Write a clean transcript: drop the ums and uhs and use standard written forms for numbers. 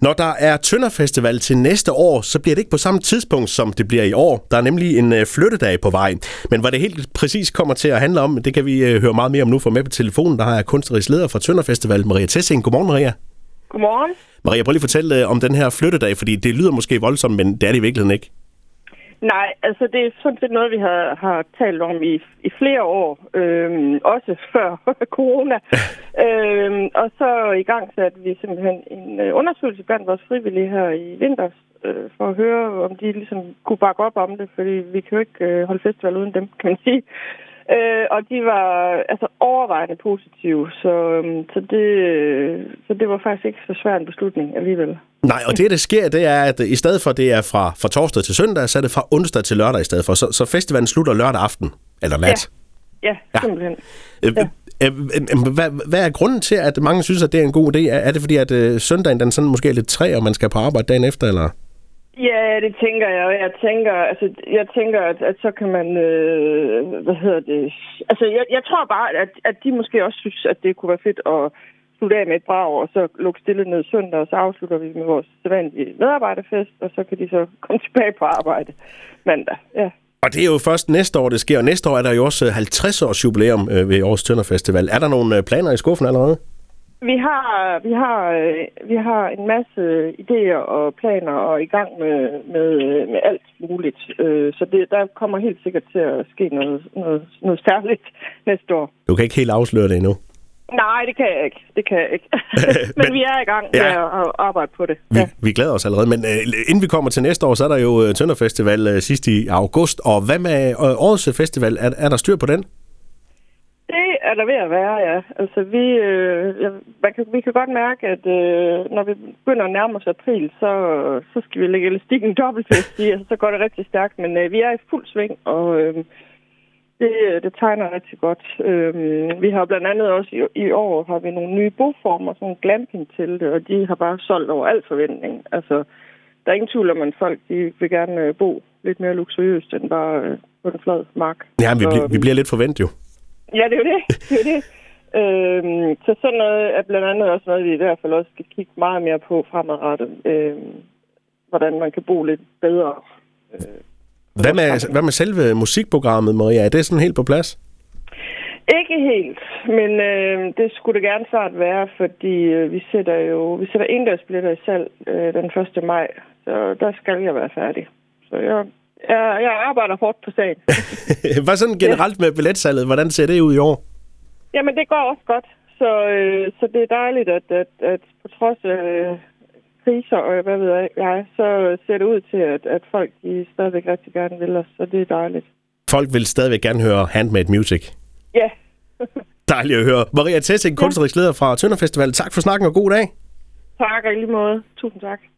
Når der er Tønder Festival til næste år, så bliver det ikke på samme tidspunkt, som det bliver i år. Der er nemlig en flyttedag på vej. Men hvad det helt præcis kommer til at handle om, det kan vi høre meget mere om nu. For med på telefonen, der har jeg kunstnerisk leder fra Tønder Festival, Maria Tessing. Godmorgen, Maria. Godmorgen. Maria, prøv lige at fortælle om den her flyttedag, fordi det lyder måske voldsomt, men det er det i virkeligheden ikke. Nej, altså det er sådan set noget, vi har talt om i flere år, også før corona. Og så i gang satte vi simpelthen en undersøgelse blandt vores frivillige her i vinter, for at høre, om de ligesom kunne bakke op om det, fordi vi kan jo ikke holde festival uden dem, kan man sige. Og de var altså overvejende positive, så det var faktisk ikke så svær en beslutning alligevel. Nej, og det sker, det er, at i stedet for det er fra torsdag til søndag, så er det fra onsdag til lørdag i stedet for. Så festivalen slutter lørdag aften, eller nat. Ja, simpelthen. Hvad er grunden til, at mange synes, at det er en god idé? Er det fordi, at søndagen den sådan måske er lidt træ, og man skal på arbejde dagen efter, eller? Ja, det tænker jeg. Jeg tænker, at så kan man, Altså, jeg tror bare, at de måske også synes, at det kunne være fedt at slutte af med et brag, og så lukke stille ned søndag, og så afslutter vi med vores sædvanlige medarbejderfest, og så kan de så komme tilbage på arbejde mandag. Ja. Og det er jo først næste år, det sker, og næste år er der jo også 50-års jubilæum ved Årets Tønder Festival. Er der nogle planer i skuffen allerede? Vi har en masse idéer og planer og i gang med alt muligt. Så der kommer helt sikkert til at ske noget særligt næste år. Du kan ikke helt afsløre det endnu? Nej, det kan jeg ikke. Men vi er i gang med at arbejde på det. Vi glæder os allerede, men inden vi kommer til næste år, så er der jo Tønder Festival sidst i august. Og hvad med årets festival? Er der styr på den? Det er der ved at være, ja. Altså, vi kan godt mærke, at når vi begynder at nærme os april, så skal vi lægge elastikken dobbelt til, altså, så går det rigtig stærkt. Men vi er i fuld sving, og det tegner rigtig godt. Vi har blandt andet også i år har vi nogle nye boformer, sådan en glamping-telte, og de har bare solgt over al forventning. Altså, der er ingen tvivl om, at folk de vil gerne bo lidt mere luksuriøst end bare på den flad mark. Ja, vi bliver lidt forventet jo. Ja, det er jo det. Så sådan noget er blandt andet også noget, vi i hvert fald også skal kigge meget mere på fremadrettet. Hvordan man kan bo lidt bedre. Hvad med selve musikprogrammet, Maria? Er det sådan helt på plads? Ikke helt, men det skulle det gerne snart være, fordi vi sætter indendørsbilletter i salg den 1. maj, så der skal jeg være færdig. Så jeg arbejder hårdt på sagen. Hvad sådan generelt med billetsalget? Hvordan ser det ud i år? Jamen, det går også godt. Så det er dejligt, at på trods af kriser og hvad ved jeg, så ser det ud til, at folk de stadigvæk rigtig gerne vil os. Så det er dejligt. Folk vil stadigvæk gerne høre Handmade Music? Ja. Dejligt at høre. Maria Tessing, kunstnerisk leder fra Tønder Festival. Tak for snakken og god dag. Tak, og i lige måde. Tusind tak.